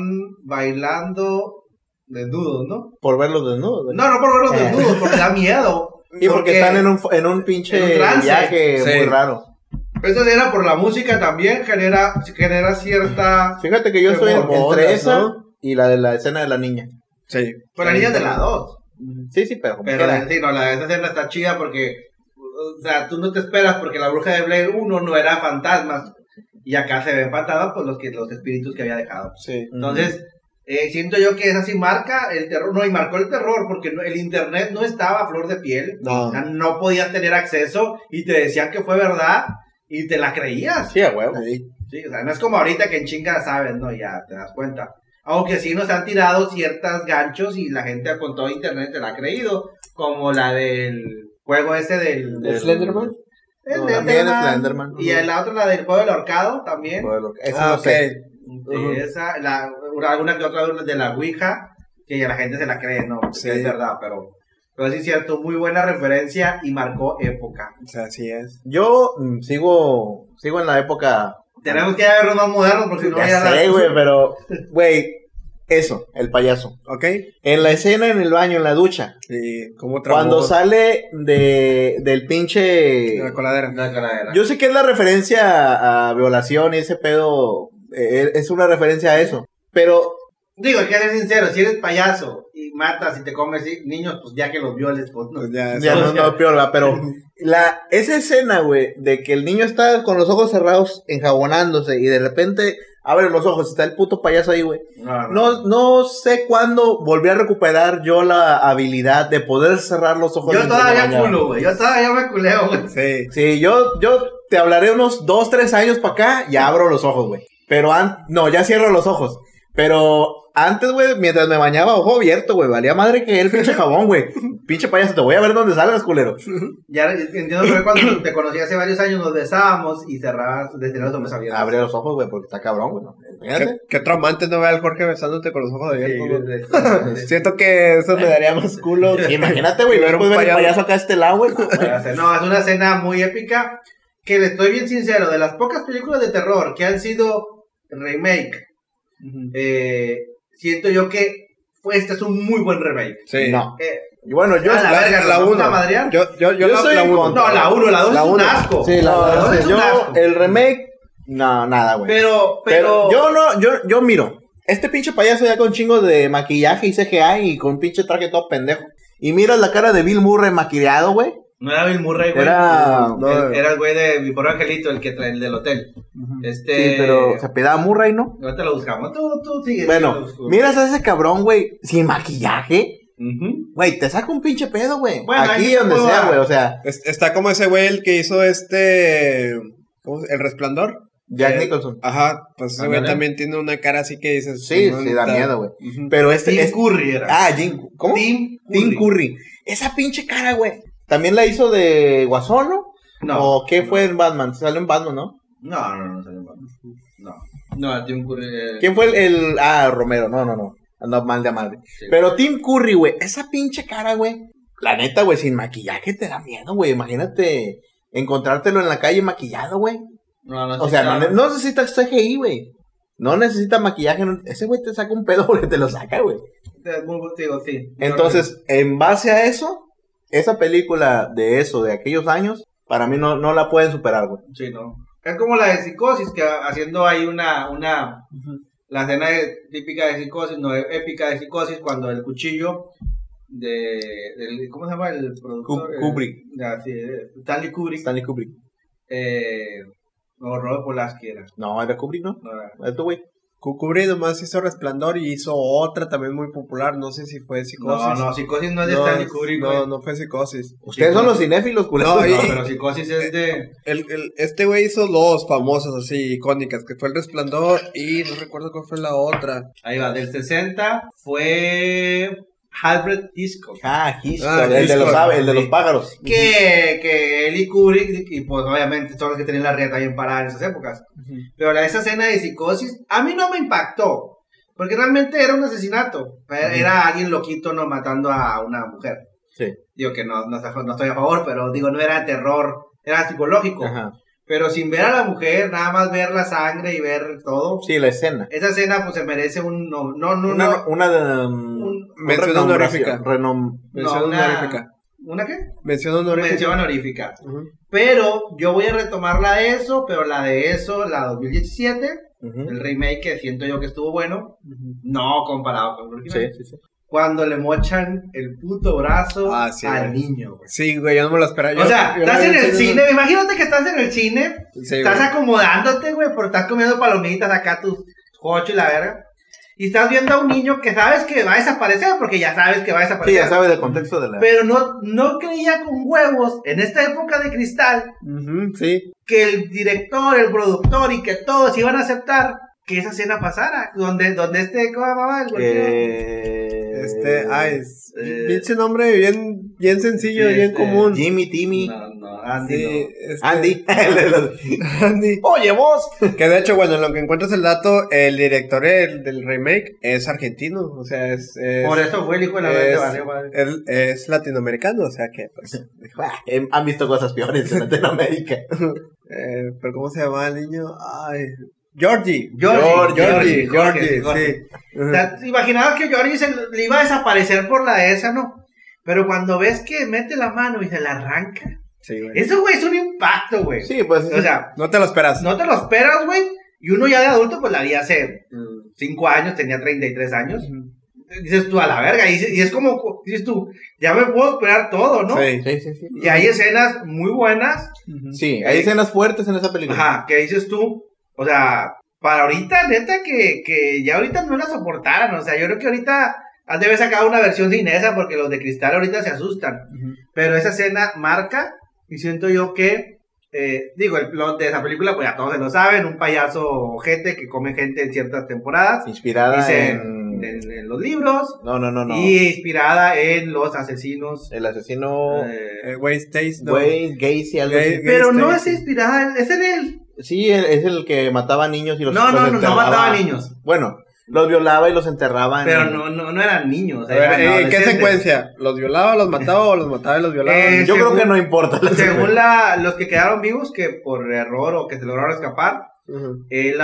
Speaker 3: bailando desnudos, ¿no?
Speaker 1: Por verlos desnudos, güey.
Speaker 3: No por verlos desnudos, porque da miedo.
Speaker 1: Y porque están en un pinche
Speaker 3: en un trance.
Speaker 1: viaje
Speaker 2: Sí.
Speaker 1: muy raro.
Speaker 3: Esa escena por la música también genera cierta...
Speaker 1: Fíjate que yo estoy
Speaker 2: Como
Speaker 1: entre
Speaker 2: bodas,
Speaker 1: esa
Speaker 2: ¿no?
Speaker 1: y la de la escena de la niña.
Speaker 2: Sí.
Speaker 3: Pues la niña es de la 2.
Speaker 1: Sí, sí, pero como
Speaker 3: Pero
Speaker 1: quiera.
Speaker 3: sí, no, esa escena está chida porque, o sea, tú no te esperas porque la bruja de Blair 1 no era fantasmas. Y acá se ven fantasmas por los espíritus que había dejado.
Speaker 2: Sí.
Speaker 3: Entonces, siento yo que esa sí marca el terror, no, y marcó el terror porque el internet no estaba a flor de piel.
Speaker 2: No.
Speaker 3: O sea, no podías tener acceso y te decían que fue verdad y te la creías.
Speaker 1: Sí, a huevo.
Speaker 2: Sí.
Speaker 3: Sí, o sea, no es como ahorita que en chinga sabes, ¿no? Ya te das cuenta. Aunque sí nos han tirado ciertas ganchos y la gente con todo internet te la ha creído, como la del juego ese
Speaker 2: ¿De Slenderman?
Speaker 3: El
Speaker 1: No,
Speaker 3: de
Speaker 1: también
Speaker 3: Slenderman.
Speaker 1: Slenderman.
Speaker 3: Y la otra, la del juego del ahorcado, también.
Speaker 1: Eso
Speaker 2: Ah,
Speaker 1: no
Speaker 2: ok.
Speaker 1: sé.
Speaker 3: Sí, esa, alguna que otra de la Ouija, que ya la gente se la cree, no,
Speaker 2: Sí.
Speaker 3: es verdad, pero sí es cierto, muy buena referencia y marcó época.
Speaker 2: O sea, así es.
Speaker 1: Yo sigo en la época.
Speaker 3: Tenemos que vernos más modernos porque si no
Speaker 1: Ya sé, güey, pero, güey, eso, el payaso.
Speaker 2: ¿Ok?
Speaker 1: En la escena en el baño, en la ducha,
Speaker 2: Y como
Speaker 1: cuando sale del pinche...
Speaker 2: la coladera.
Speaker 3: La caladera.
Speaker 1: Yo sé que es la referencia a violación y ese pedo, es una referencia a eso, pero
Speaker 3: Digo, hay que ser sincero, si eres payaso y matas y te comes niños, pues ya que los violes, pues no.
Speaker 2: Pues ya,
Speaker 1: ya
Speaker 2: eso-
Speaker 1: no peor, ¿verdad? Pero esa escena, güey, de que el niño está con los ojos cerrados enjabonándose y de repente abre los ojos y está el puto payaso ahí, güey. No sé cuándo volví a recuperar yo la habilidad de poder cerrar los ojos.
Speaker 3: Yo
Speaker 1: mientras me
Speaker 3: todavía
Speaker 1: bañaba.
Speaker 3: culo, güey. Yo todavía me culeo, güey.
Speaker 2: Sí.
Speaker 1: Sí, yo te hablaré unos 2, 3 años para acá y abro los ojos, güey. Pero no, ya cierro los ojos. Pero antes, güey, mientras me bañaba, ojo abierto, güey. Valía madre que el pinche jabón, güey. Pinche payaso, te voy a ver dónde salgas, culero.
Speaker 3: Ya entiendo que cuando te conocí hace varios años nos besábamos y cerrabas desde los ojos abiertos.
Speaker 1: Abre los ojos, güey, porque está cabrón, güey. ¿No? Fíjate.
Speaker 2: Qué traumante no ver al Jorge besándote con los ojos abiertos. güey.
Speaker 3: Sí,
Speaker 2: Siento que eso me daría más culo.
Speaker 1: Sí, imagínate, güey,
Speaker 2: Ver
Speaker 1: después
Speaker 2: un
Speaker 1: ver el
Speaker 2: payaso.
Speaker 1: payaso acá a este lado, güey.
Speaker 3: No, es una escena muy épica que le estoy bien sincero, de las pocas películas de terror que han sido remake, siento yo que este es un muy buen remake.
Speaker 2: Sí.
Speaker 1: No.
Speaker 3: Eh,
Speaker 1: Y bueno, yo...
Speaker 3: la verga,
Speaker 2: la
Speaker 3: ¿nos vamos
Speaker 2: uno.
Speaker 3: a madrear?
Speaker 1: Yo soy
Speaker 2: la
Speaker 1: en
Speaker 2: uno.
Speaker 1: contra.
Speaker 3: No, la 1, la 2
Speaker 2: La
Speaker 3: es un
Speaker 2: uno.
Speaker 3: asco.
Speaker 1: Sí,
Speaker 3: la dos
Speaker 1: la
Speaker 3: es un
Speaker 1: yo,
Speaker 3: asco.
Speaker 1: el remake, no, nada, güey.
Speaker 3: Pero
Speaker 1: Yo miro, este pinche payaso ya con chingos de maquillaje y CGI y con pinche traje todo pendejo. Y miras la cara de Bill Murray maquillado, güey.
Speaker 3: no era Bill Murray, güey.
Speaker 1: Era...
Speaker 3: Era el güey de Mi Pobre Angelito, el que trae el del hotel.
Speaker 1: Sí, pero se apellidaba Murray, ¿no?
Speaker 3: Ahorita lo buscamos. Tú sigue.
Speaker 1: Bueno, miras a ese cabrón, güey, sin maquillaje.
Speaker 3: Ujú.
Speaker 1: Güey, te saca un pinche pedo, güey.
Speaker 3: Bueno,
Speaker 1: Aquí
Speaker 3: ahí
Speaker 1: donde
Speaker 3: se
Speaker 1: sea,
Speaker 3: puede-
Speaker 1: güey, o sea,
Speaker 2: Está como ese güey el que hizo El Resplandor.
Speaker 1: Jack Nicholson.
Speaker 2: Ajá, pues ese güey
Speaker 3: Ándale.
Speaker 2: también tiene una cara así que dices.
Speaker 1: Sí,
Speaker 2: no,
Speaker 1: sí, da
Speaker 2: está-
Speaker 1: miedo, güey.
Speaker 2: Ujú.
Speaker 1: Pero
Speaker 3: Tim Curry era.
Speaker 1: ¿Cómo?
Speaker 3: Tim
Speaker 1: Tim Curry. Esa pinche cara, güey. También la hizo de Guasón, ¿no?
Speaker 3: No.
Speaker 1: ¿O qué fue en Batman? Salió en Batman, ¿no?
Speaker 3: No salió mal. No, Tim Curry.
Speaker 1: ¿Quién fue Romero? No. Ando mal de madre.
Speaker 3: Sí.
Speaker 1: Pero Tim Curry, güey. Esa pinche cara, güey. La neta, güey, sin maquillaje te da miedo, güey. Imagínate encontrártelo en la calle maquillado, güey.
Speaker 3: No,
Speaker 1: O sea, no necesitas CGI, güey. No necesita maquillaje. Ese güey te saca un pedo porque te lo saca, güey.
Speaker 3: Digo, sí.
Speaker 1: Entonces, en base a eso, esa película de aquellos años, para mí no la pueden superar, güey.
Speaker 3: Sí, no. Es como la de Psicosis, que haciendo ahí la escena típica de Psicosis, no épica de Psicosis, cuando el cuchillo ¿cómo se llama el productor?
Speaker 1: Kubrick.
Speaker 3: Stanley Kubrick.
Speaker 1: Stanley Kubrick.
Speaker 3: No, Robert Polaski era.
Speaker 1: No, era Kubrick, ¿no?
Speaker 3: No, era-
Speaker 1: Era tu güey.
Speaker 2: Kubrick nomás hizo Resplandor y hizo otra también muy popular, no sé si fue Psicosis.
Speaker 3: No, Psicosis no es de Stanley Kubrick, güey.
Speaker 2: No fue Psicosis.
Speaker 1: Ustedes son los cinéfilos, culeros.
Speaker 2: No,
Speaker 3: No, pero Psicosis es de...
Speaker 2: Este güey hizo dos famosas así, icónicas, que fue El Resplandor y no recuerdo cuál fue la otra.
Speaker 3: Ahí va, del 60 fue Alfred Hitchcock.
Speaker 1: Hitchcock, el de los pájaros.
Speaker 3: Que él y Kubrick, y pues obviamente todos los que tenían la rieta bien parada en esas épocas. Pero esa escena de Psicosis, a mí no me impactó. Porque realmente era un asesinato. Era alguien loquito no matando a una mujer.
Speaker 1: Sí.
Speaker 3: Digo que no estoy a favor, pero digo, no era terror, era psicológico.
Speaker 1: Ajá.
Speaker 3: Pero sin ver a la mujer, nada más ver la sangre y ver todo.
Speaker 1: Sí, la escena.
Speaker 3: Esa escena pues se merece un...
Speaker 2: Mención honorífica.
Speaker 3: Mención honorífica. ¿Una qué?
Speaker 2: Mención honorífica.
Speaker 3: Mención honorífica. Pero yo voy a retomar la de eso, pero la de eso, la 2017, el remake que siento yo que estuvo bueno, no comparado con el original.
Speaker 1: Sí.
Speaker 3: Cuando le mochan el puto brazo al niño, güey.
Speaker 2: Sí, güey, yo no me lo esperaba.
Speaker 3: O sea, estás en el cine, imagínate que estás en el cine, estás acomodándote, güey, porque estás comiendo palomitas acá, tus cocho y la verga. Y estás viendo a un niño que sabes que va a desaparecer, porque ya sabes que va a desaparecer.
Speaker 1: Sí, ya sabes el contexto de la...
Speaker 3: Pero no creía con huevos, en esta época de cristal,
Speaker 2: sí.
Speaker 3: que el director, el productor y que todos iban a aceptar que esa escena pasara. Donde ¿cómo se llamaba?
Speaker 2: Pinche nombre bien sencillo, bien común.
Speaker 1: Jimmy, Timmy.
Speaker 3: No, Andy.
Speaker 2: Sí,
Speaker 1: Andy.
Speaker 2: Andy.
Speaker 1: Oye, vos.
Speaker 2: Que de hecho, bueno, en lo que encuentras el dato, el director del remake es argentino, o sea, es
Speaker 3: por eso fue el hijo de la verde,
Speaker 2: él es latinoamericano, o sea que, pues...
Speaker 1: Han visto cosas peores en Latinoamérica.
Speaker 2: Pero ¿cómo se llamaba el niño? Ay... Georgie, sí.
Speaker 3: Imaginaba que Georgie le iba a desaparecer por la de esa, ¿no? Pero cuando ves que mete la mano y se la arranca,
Speaker 2: sí, güey.
Speaker 3: Eso, güey, es un impacto, güey.
Speaker 1: Sí, pues.
Speaker 3: O sea,
Speaker 2: no te lo esperas.
Speaker 3: No te lo esperas, güey. Y uno ya de adulto, pues la vi hace 5 años, tenía 33 años. Dices tú, a la verga. Y es como, dices tú, ya me puedo esperar todo, ¿no?
Speaker 1: Sí.
Speaker 3: Y hay escenas muy buenas.
Speaker 1: Sí, hay escenas fuertes en esa película.
Speaker 3: Ajá, que dices tú. O sea, para ahorita, neta, que ya ahorita no la soportaran. O sea, yo creo que ahorita han de haber sacado una versión sin esa porque los de cristal ahorita se asustan. Pero esa escena marca y siento yo que, digo, el plot de esa película, pues ya todos se lo saben, un payaso ojete que come gente en ciertas temporadas.
Speaker 1: Inspirada
Speaker 3: en los libros.
Speaker 1: No.
Speaker 3: Y inspirada en los asesinos.
Speaker 1: El asesino...
Speaker 2: Wayne Gacy,
Speaker 1: algo así.
Speaker 3: Pero no es inspirada, es en él.
Speaker 1: Sí, es el que mataba niños y los
Speaker 3: enterraba. No mataba niños.
Speaker 1: Bueno, los violaba y los enterraba.
Speaker 3: Pero no eran niños.
Speaker 2: ¿En qué secuencia? ¿Los violaba, los mataba o los mataba y los violaba?
Speaker 1: Yo creo que no importa.
Speaker 3: Según los que quedaron vivos, que por error o que se lograron escapar, él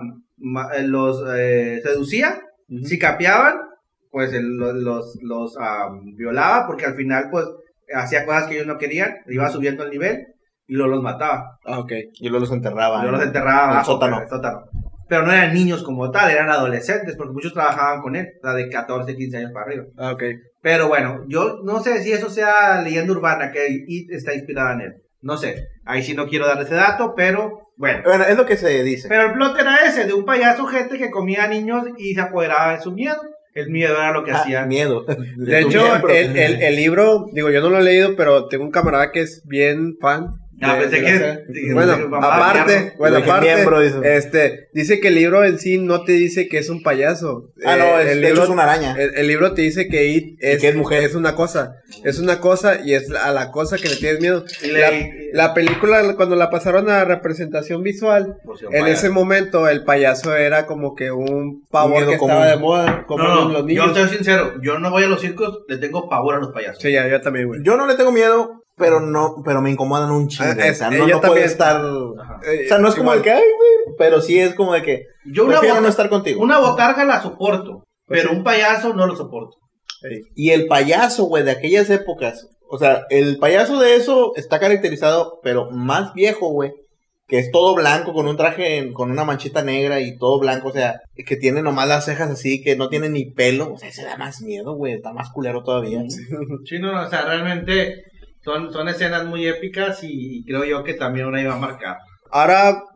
Speaker 3: los seducía. Si capeaban, pues él los violaba, porque al final, pues, hacía cosas que ellos no querían, iba subiendo el nivel. Y luego los mataba.
Speaker 1: Y luego los enterraba.
Speaker 3: En el
Speaker 1: sótano.
Speaker 3: Pero no eran niños como tal, eran adolescentes, porque muchos trabajaban con él, o sea, de 14, 15 años para arriba. Pero bueno, yo no sé si eso sea leyenda urbana, que It está inspirada en él. No sé, ahí sí no quiero dar ese dato, pero bueno.
Speaker 1: Bueno, es lo que se dice.
Speaker 3: Pero el plot era ese, de un payaso gente que comía niños y se apoderaba de su miedo. El miedo era lo que hacía.
Speaker 1: Miedo.
Speaker 2: De hecho, el libro, digo, yo no lo he leído, pero tengo un camarada que es bien fan.
Speaker 3: Pensé que...
Speaker 2: Bueno, aparte, dice que el libro en sí no te dice que es un payaso.
Speaker 1: El libro es una araña.
Speaker 2: El libro te dice que It
Speaker 1: es mujer.
Speaker 2: Es una cosa y es a la cosa que le tienes miedo. La película, cuando la pasaron a representación visual, en ese momento el payaso era como que un pavor que estaba de moda. Como los niños.
Speaker 3: Yo soy sincero, yo no voy a los circos, le tengo pavor a los payasos.
Speaker 2: Sí, yo también, güey.
Speaker 1: Yo no le tengo miedo. Pero me incomodan un chingo. O sea, no puedo estar. O sea, no es como el que, ay, güey. Pero sí es como de que. Yo prefiero no estar contigo.
Speaker 3: Una botarga la soporto. Pero un payaso no lo soporto.
Speaker 1: Y el payaso, güey, de aquellas épocas. O sea, el payaso de eso está caracterizado, pero más viejo, güey. Que es todo blanco, con un traje, con una manchita negra y todo blanco. O sea, que tiene nomás las cejas así, que no tiene ni pelo. O sea, se da más miedo, güey. Está más culero todavía.
Speaker 3: Sí, no, o sea, realmente. Son escenas muy épicas y creo yo que también una iba a marcar.
Speaker 2: Ahora,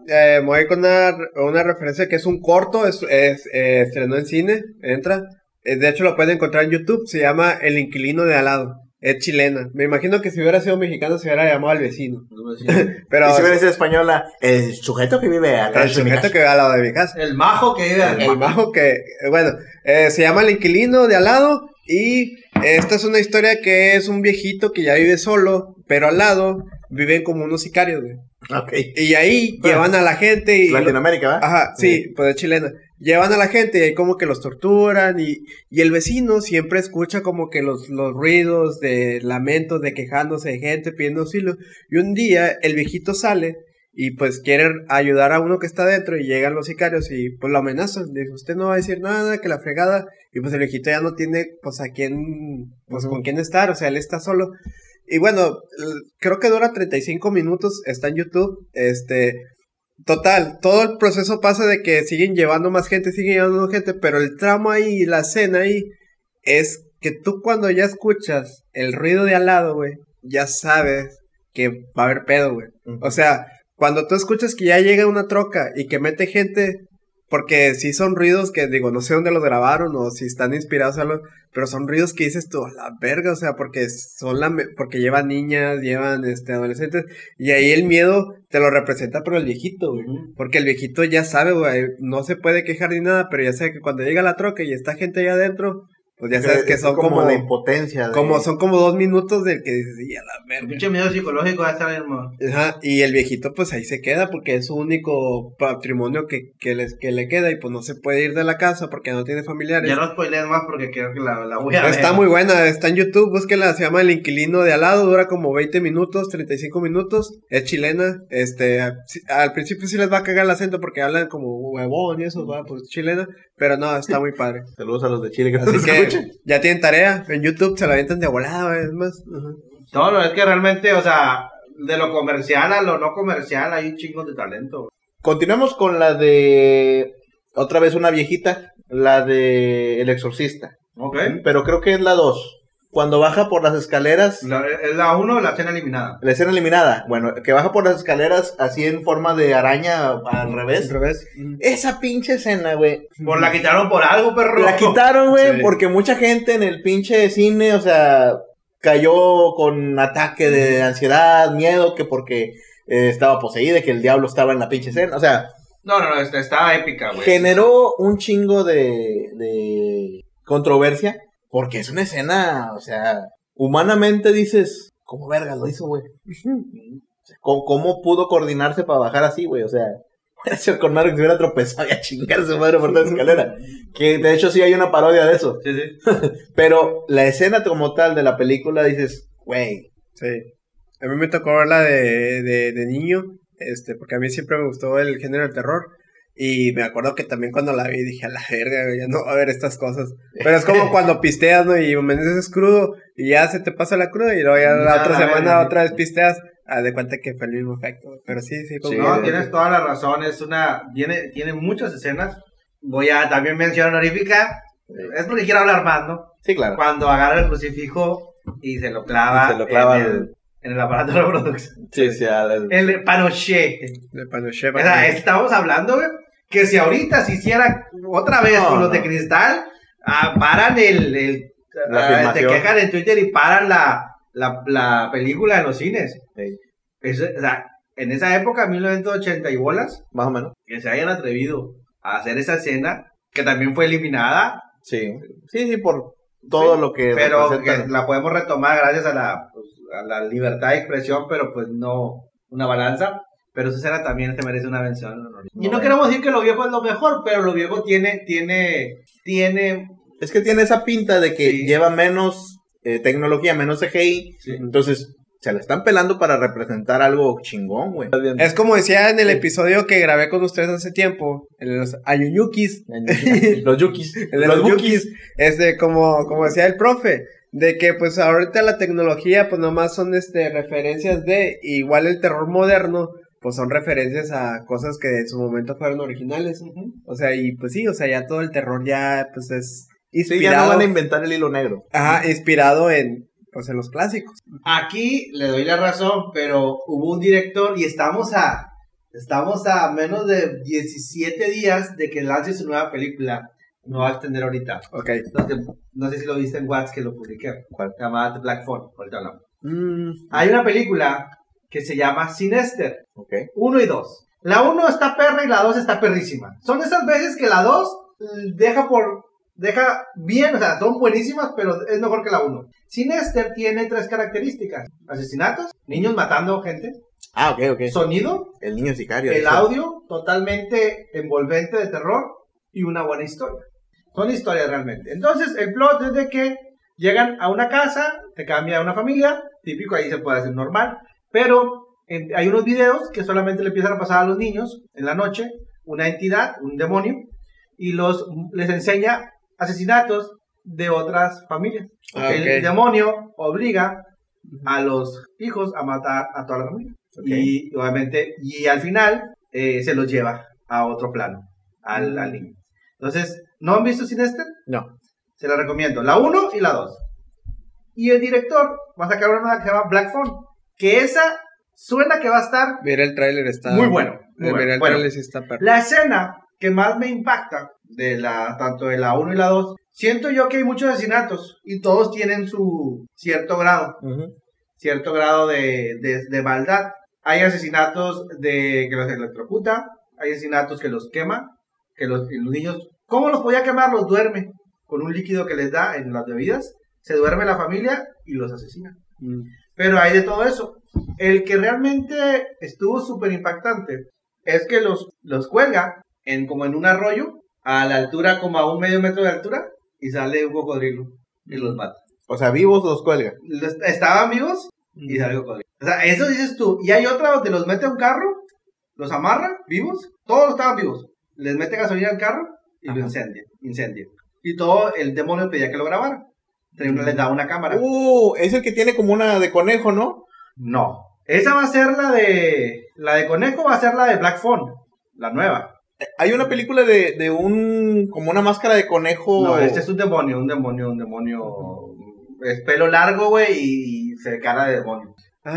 Speaker 2: me voy a ir con una referencia que es un corto, estrenó en cine, entra. De hecho lo pueden encontrar en YouTube, se llama El inquilino de al lado. Es chilena. Me imagino que si hubiera sido mexicano se hubiera llamado El vecino. Pero
Speaker 1: y si hubiera sido española, el sujeto que vive atrás.
Speaker 2: El sujeto que vive al lado de mi casa.
Speaker 3: El majo que vive
Speaker 2: El majo que, bueno, se llama El inquilino de al lado. Y esta es una historia que es un viejito que ya vive solo, pero al lado viven como unos sicarios, güey.
Speaker 1: Okay.
Speaker 2: Y ahí llevan a la gente y...
Speaker 1: Latinoamérica, ¿va?
Speaker 2: Ajá, sí, pues es chilena. Llevan a la gente y ahí como que los torturan y el vecino siempre escucha como que los ruidos de lamentos, de quejándose de gente, pidiendo auxilio. Y un día el viejito sale y pues quieren ayudar a uno que está dentro y llegan los sicarios y pues lo amenazan. Dice, usted no va a decir nada, que la fregada. Y pues el viejito ya no tiene pues a quién, pues con quién estar, o sea, él está solo. Y bueno, creo que dura 35 minutos, está en YouTube, total, todo el proceso pasa de que siguen llevando más gente, pero el tramo ahí, la escena ahí, es que tú cuando ya escuchas el ruido de al lado, güey, ya sabes que va a haber pedo, güey. O sea, cuando tú escuchas que ya llega una troca y que mete gente, porque sí son ruidos que, digo, no sé dónde los grabaron o si están inspirados a algo, pero son ruidos que dices tú, a la verga, o sea, porque porque llevan niñas, llevan, adolescentes, y ahí el miedo te lo representa pero el viejito, güey, porque el viejito ya sabe, güey, no se puede quejar ni nada, pero ya sabe que cuando llega la troca y está gente allá adentro, pues ya sabes que son como
Speaker 1: la impotencia.
Speaker 2: Son como 2 minutos del que dices, y a la verga.
Speaker 3: Mucho miedo psicológico va a estar, hermano.
Speaker 2: Ajá, y el viejito pues ahí se queda porque es su único patrimonio que le queda y pues no se puede ir de la casa porque no tiene familiares.
Speaker 3: Ya no spoilees más porque creo que la voy a ver.
Speaker 2: Está muy buena, está en YouTube, búsquela, se llama El inquilino de al lado, dura como 20 minutos, 35 minutos, es chilena, al principio sí les va a cagar el acento porque hablan como huevón y eso, va, pues chilena, pero no, está muy padre.
Speaker 1: Saludos a los de Chile que
Speaker 2: así que ya tienen tarea, en YouTube se la avientan de volada, es más.
Speaker 3: No, no, es que realmente, o sea, de lo comercial a lo no comercial hay un chingo de talento.
Speaker 1: Continuamos con la de, otra vez una viejita, la de El Exorcista.
Speaker 3: Ok.
Speaker 1: Pero creo que es la 2. Cuando baja por las escaleras...
Speaker 3: ¿Es la 1 o la escena eliminada?
Speaker 1: La escena eliminada. Bueno, que baja por las escaleras así en forma de araña al revés.
Speaker 2: Al revés.
Speaker 1: Esa pinche escena, güey.
Speaker 3: Pues la quitaron por algo, perro.
Speaker 1: La quitaron, güey,
Speaker 2: Sí.
Speaker 1: porque mucha gente en el pinche cine, o sea, cayó con ataque de ansiedad, miedo, que porque estaba poseída, que el diablo estaba en la pinche escena. O sea...
Speaker 3: No, estaba épica, güey.
Speaker 1: Generó un chingo de controversia. Porque es una escena, o sea, humanamente dices, ¿cómo verga lo hizo, güey? ¿Cómo pudo coordinarse para bajar así, güey? O sea, con madre que se hubiera tropezado y a chingar su madre por toda la escalera. Que de hecho sí hay una parodia de eso.
Speaker 3: Sí, sí.
Speaker 1: Pero la escena como tal de la película dices, güey.
Speaker 2: Sí. A mí me tocó verla de niño, porque a mí siempre me gustó el género del terror. Y me acuerdo que también cuando la vi dije, a la verga, ya no va a ver estas cosas. Pero es como cuando pisteas, ¿no? Y amaneces crudo y ya se te pasa la cruda y luego ya la otra semana otra vez pisteas. De cuenta que fue el mismo efecto. Pero sí.
Speaker 3: No, tienes toda la razón. Tiene muchas escenas. Voy a también mencionar honorífica. Es porque quiero hablar más, ¿no?
Speaker 1: Sí, claro.
Speaker 3: Cuando agarra el crucifijo y se lo clava, en el aparato de reproducción.
Speaker 1: Sí,
Speaker 3: El panoché.
Speaker 2: De Panoché.
Speaker 3: O sea, estamos hablando, güey, que si ahorita se hiciera otra vez con los de cristal, paran
Speaker 1: la filmación.
Speaker 3: te quejan en Twitter y paran la película en los cines.
Speaker 1: Sí.
Speaker 3: O sea, en esa época, 1980 y bolas,
Speaker 1: Más o menos.
Speaker 3: que se hayan atrevido a hacer esa escena, que también fue eliminada.
Speaker 1: Sí, por todo lo que...
Speaker 3: Pero
Speaker 1: representa.
Speaker 3: que la podemos retomar gracias a la libertad de expresión, pero pues no una balanza. Pero esa escena también se merece una mención. Y no queremos decir que lo viejo es lo mejor, pero lo viejo tiene...
Speaker 1: Es que tiene esa pinta de que
Speaker 3: Sí.
Speaker 1: lleva menos tecnología, menos CGI.
Speaker 3: Sí.
Speaker 1: Entonces, se la están pelando para representar algo chingón, güey.
Speaker 2: Es como decía en el episodio que grabé con ustedes hace tiempo, en los Ayuyukis.
Speaker 1: Los Yukis.
Speaker 2: El de los Bookies, como decía el profe, de que pues ahorita la tecnología pues nomás son referencias de, igual el terror moderno, pues son referencias a cosas que en su momento fueron originales. O sea, y pues sí, o sea, ya todo el terror ya pues es
Speaker 1: Sí,
Speaker 2: inspirado.
Speaker 1: ya no van a inventar el hilo negro.
Speaker 2: Ajá, inspirado en los clásicos.
Speaker 3: Aquí le doy la razón, pero hubo un director y estamos a Estamos a menos de 17 días de que lance su nueva película. No va a extender ahorita.
Speaker 2: Ok.
Speaker 3: No sé si lo viste en WhatsApp que lo publiqué.
Speaker 1: ¿Cuál?
Speaker 3: Se llama The Black Phone. Ahorita hablamos. Hay una película que se llama Sinister.
Speaker 1: Ok.
Speaker 3: 1 y 2. La 1 está perra y la 2 está perrísima. Son esas veces que la 2 deja bien, o sea, son buenísimas, pero es mejor que la 1. Sinister tiene 3 características: asesinatos, niños matando gente,
Speaker 1: Ah, ok.
Speaker 3: sonido,
Speaker 1: El niño sicario.
Speaker 3: el audio totalmente envolvente de terror y una buena historia. Son historias realmente. Entonces, el plot es de que llegan a una casa, te cambia a una familia, típico, ahí se puede hacer normal, pero hay unos videos que solamente le empiezan a pasar a los niños en la noche, una entidad, un demonio, y les enseña asesinatos de otras familias. El demonio obliga a los hijos a matar a toda la familia.
Speaker 1: Okay.
Speaker 3: Y obviamente, y al final se los lleva a otro plano, al niño. Entonces, ¿no han visto Sinister?
Speaker 1: No.
Speaker 3: Se la recomiendo, la 1 y la 2. Y el director va a sacar una nueva que se llama Black Phone, que esa suena que va a estar
Speaker 2: Mira, el tráiler está...
Speaker 3: muy bueno.
Speaker 2: Mira, el tráiler sí está perfecto.
Speaker 3: La escena que más me impacta, tanto de la 1 y la 2, siento yo que hay muchos asesinatos y todos tienen su cierto grado. Cierto grado de maldad. Hay asesinatos que los electrocuta, hay asesinatos que los quema, que los niños, ¿cómo los podía quemar? Los duerme con un líquido que les da en las bebidas, se duerme la familia y los asesina. Pero hay de todo eso. El que realmente estuvo súper impactante es que los cuelga como en un arroyo, a la altura, como a 1/2 metro de altura, y sale un cocodrilo y los mata.
Speaker 1: O sea, vivos los cuelga.
Speaker 3: Estaban vivos y sale un cocodrilo. O sea, eso dices tú. Y hay otra donde los mete a un carro, los amarra vivos, todos estaban vivos. Les mete gasolina al carro y lo incendia. Y todo el demonio pedía que lo grabara. Les daba una cámara.
Speaker 1: Es el que tiene como una de conejo, ¿no?
Speaker 3: No. Esa va a ser la de conejo, va a ser la de Black Phone, la nueva.
Speaker 1: Hay una película de como una máscara de conejo.
Speaker 3: No, este es un demonio. Es pelo largo, güey, y se cara de demonio.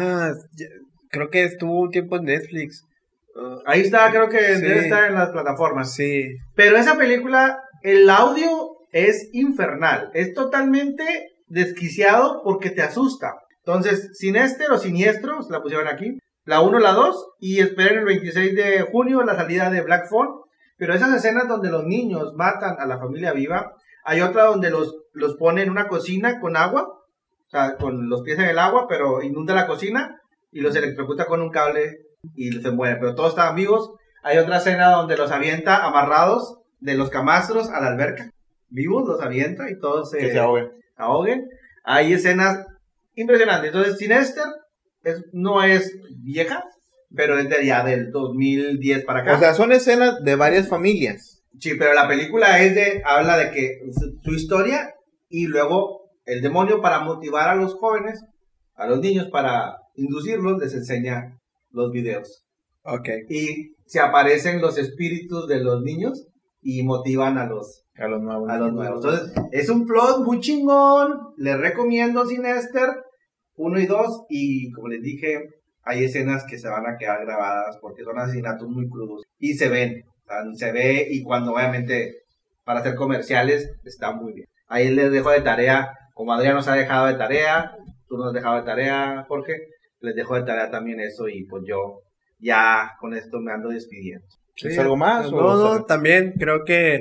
Speaker 2: Creo que estuvo un tiempo en Netflix.
Speaker 3: Ahí está, creo que
Speaker 2: Sí.
Speaker 3: debe estar en las plataformas.
Speaker 2: Sí.
Speaker 3: Pero esa película, el audio es infernal. Es totalmente desquiciado porque te asusta. Entonces, Sinister o Siniestro, se la pusieron aquí. La 1, la 2, y esperen el 26 de junio la salida de Black Phone. Pero esas escenas donde los niños matan a la familia viva, hay otra donde los ponen en una cocina con agua, o sea, con los pies en el agua, pero inunda la cocina y los electrocuta con un cable y se mueren, pero todos estaban vivos. Hay otra escena donde los avienta amarrados de los camastros a la alberca, vivos los avienta y todos
Speaker 1: que se
Speaker 3: ahoguen. Hay escenas impresionantes. Entonces, Sinister no es vieja, pero es ya del 2010 para acá.
Speaker 1: O sea, son escenas de varias familias.
Speaker 3: Sí, pero la película habla de que su historia y luego el demonio, para motivar a los jóvenes, a los niños, para inducirlos, les enseña los videos.
Speaker 2: Ok.
Speaker 3: Y se aparecen los espíritus de los niños y motivan a los
Speaker 1: nuevos.
Speaker 3: Entonces, es un plot muy chingón. Les recomiendo Sinister 1 y 2. Y como les dije, hay escenas que se van a quedar grabadas porque son asesinatos muy crudos. Y se ven. Se ve, y cuando obviamente para hacer comerciales está muy bien. Ahí les dejo de tarea, como Adrián nos ha dejado de tarea, tú nos has dejado de tarea, Jorge, les dejo de tarea también eso, y pues yo ya con esto me ando despidiendo.
Speaker 1: ¿Es algo más?
Speaker 2: No, también creo que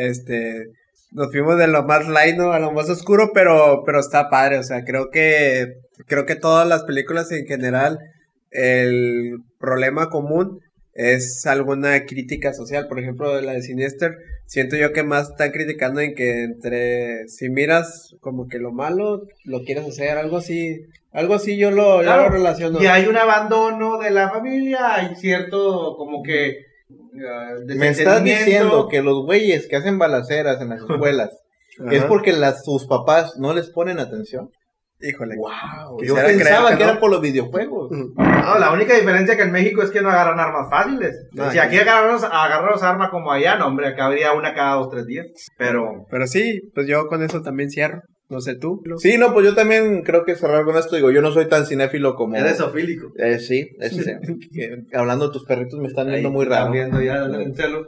Speaker 2: nos fuimos de lo más light, ¿no? A lo más oscuro, pero está padre. O sea, creo que todas las películas en general, el problema común es alguna crítica social. Por ejemplo, de la de Sinister, siento yo que más están criticando en que si miras como que lo malo, lo quieres hacer, algo así yo lo relaciono.
Speaker 3: Y hay un abandono de la familia, hay cierto como que
Speaker 1: me estás diciendo que los güeyes que hacen balaceras en las escuelas es porque sus papás no les ponen atención.
Speaker 2: Híjole.
Speaker 1: Wow, yo pensaba que era por los videojuegos.
Speaker 3: No, la única diferencia que en México es que no agarran armas fáciles. Si aquí agarramos armas como allá, no, hombre, acá habría una cada 2-3 días. Pero
Speaker 2: sí, pues yo con eso también cierro. No sé tú.
Speaker 1: Sí, no, pues yo también creo que cerrar con esto, digo, yo no soy tan cinéfilo como...
Speaker 3: Eres zoofílico.
Speaker 1: Sí, hablando de tus perritos me están viendo
Speaker 3: Ahí,
Speaker 1: muy raro.
Speaker 3: Están viendo ya el celo.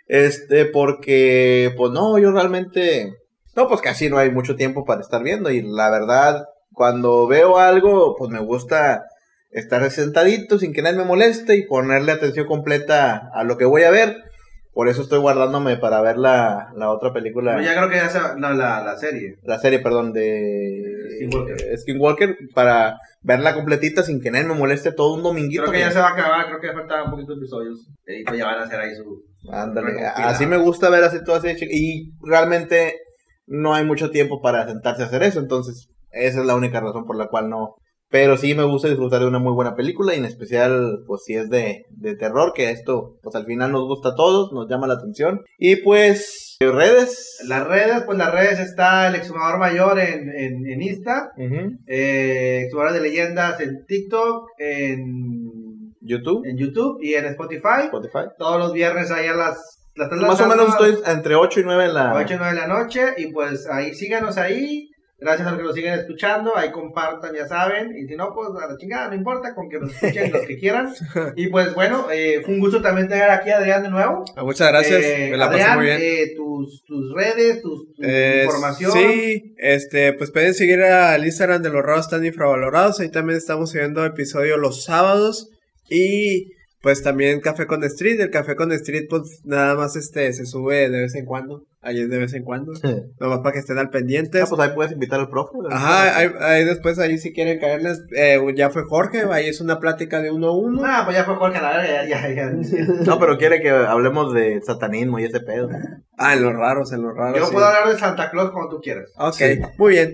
Speaker 1: Porque, pues no, yo realmente... No, pues casi no hay mucho tiempo para estar viendo y la verdad, cuando veo algo, pues me gusta estar sentadito sin que nadie me moleste y ponerle atención completa a lo que voy a ver. Por eso estoy guardándome para ver la otra película.
Speaker 3: No, ya creo que ya se... No, la serie.
Speaker 1: La serie, perdón, de
Speaker 3: Skinwalker.
Speaker 1: Skinwalker, para verla completita sin que nadie me moleste todo un dominguito.
Speaker 3: Creo que ya se va a acabar, creo que faltaban un poquito de episodios. Y pues ya van a hacer ahí su...
Speaker 1: Ándale,
Speaker 3: recopilado.
Speaker 1: así me gusta ver así todo así. Y realmente no hay mucho tiempo para sentarse a hacer eso, entonces esa es la única razón por la cual no. Pero sí me gusta disfrutar de una muy buena película, y en especial, pues si es de terror, que esto, pues al final nos gusta a todos, nos llama la atención. Y pues, redes.
Speaker 3: Las redes está el Exhumador Mayor en Insta, Exhumadores de Leyendas en TikTok, en YouTube y en Spotify. Todos los viernes ahí a las
Speaker 1: más o menos estoy entre 8 y 9 en la...
Speaker 3: 8 y 9 de la noche, y pues ahí síganos ahí. Gracias a los que nos siguen escuchando, ahí compartan, ya saben, y si no, pues a la chingada, no importa, con que nos escuchen los que quieran. Y pues bueno, fue un gusto también tener aquí a Adrián de nuevo.
Speaker 2: Muchas gracias, me la pasé
Speaker 3: Adrián,
Speaker 2: muy bien.
Speaker 3: Tus redes, tu información.
Speaker 2: Sí, pues pueden seguir al Instagram de Los Raros Tan Infravalorados, ahí también estamos subiendo episodios los sábados, y pues también Café con Street. El Café con Street pues nada más se sube de vez en cuando, ahí es de vez en cuando, nomás para que estén al pendientes.
Speaker 1: Pues ahí puedes invitar al profe.
Speaker 2: Ajá, ahí después, ahí si quieren caerles, ya fue Jorge, ahí es una plática de 1 a 1.
Speaker 3: No, pues ya fue Jorge, la verdad, ya.
Speaker 1: No, pero quiere que hablemos de satanismo y ese pedo.
Speaker 2: En los raros.
Speaker 3: Yo
Speaker 2: sí.
Speaker 3: puedo hablar de Santa Claus como tú quieras.
Speaker 2: Ok,
Speaker 1: Sí.
Speaker 2: muy bien,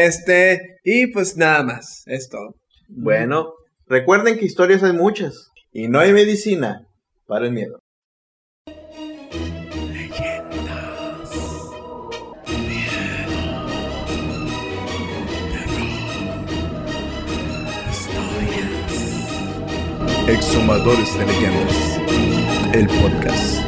Speaker 2: y pues nada más, es todo.
Speaker 1: Bueno, recuerden que historias hay muchas y no hay medicina para el miedo.
Speaker 5: Exhumadores de Leyendas, el podcast.